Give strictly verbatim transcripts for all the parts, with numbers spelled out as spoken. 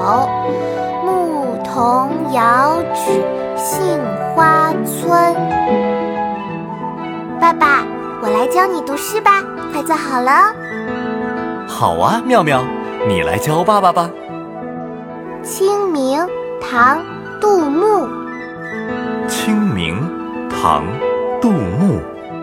牧童遥指杏花村。爸爸，我来教你读诗吧，快坐好了。 好啊，妙妙，你来教爸爸吧。 清明，唐·杜牧。 清明，唐·杜牧。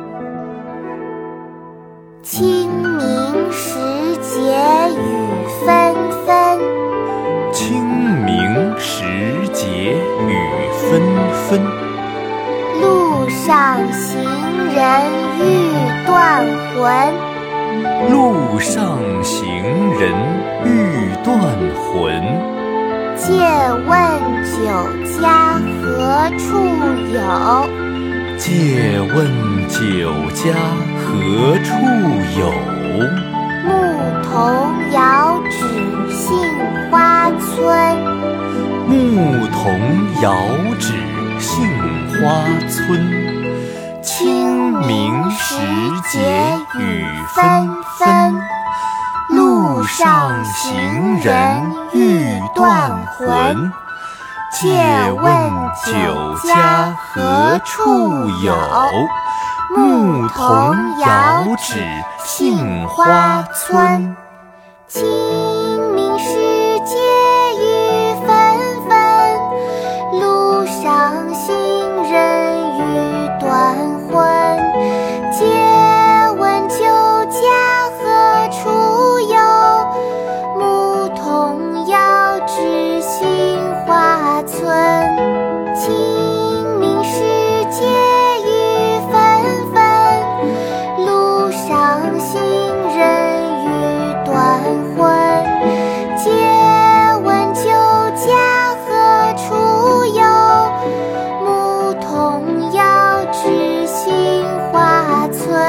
清明时节雨纷纷， 清明时节雨纷纷。 路上行人欲断魂， 路上行人欲断魂。 借问酒家何处有？ 借问酒家何处有？ 牧童遥指杏花村。 牧童遥指杏花村。清明时节雨纷纷，路上行人欲断魂。借问酒家何处有？牧童遥指杏花村。 清明时节雨纷纷，路上行人欲断魂。借问酒家何处有？牧童遥指杏花村。清明时节雨纷纷，路上行人欲断魂。借问酒家何处有？牧童遥指杏花村。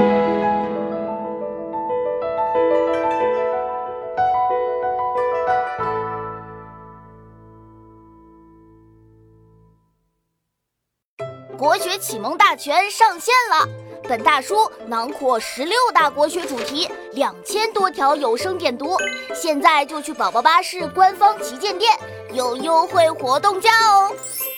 国学启蒙大全上线了！本大书囊括十六大国学主题，两千多条有声点读。现在就去宝宝巴士官方旗舰店，有优惠活动价哦！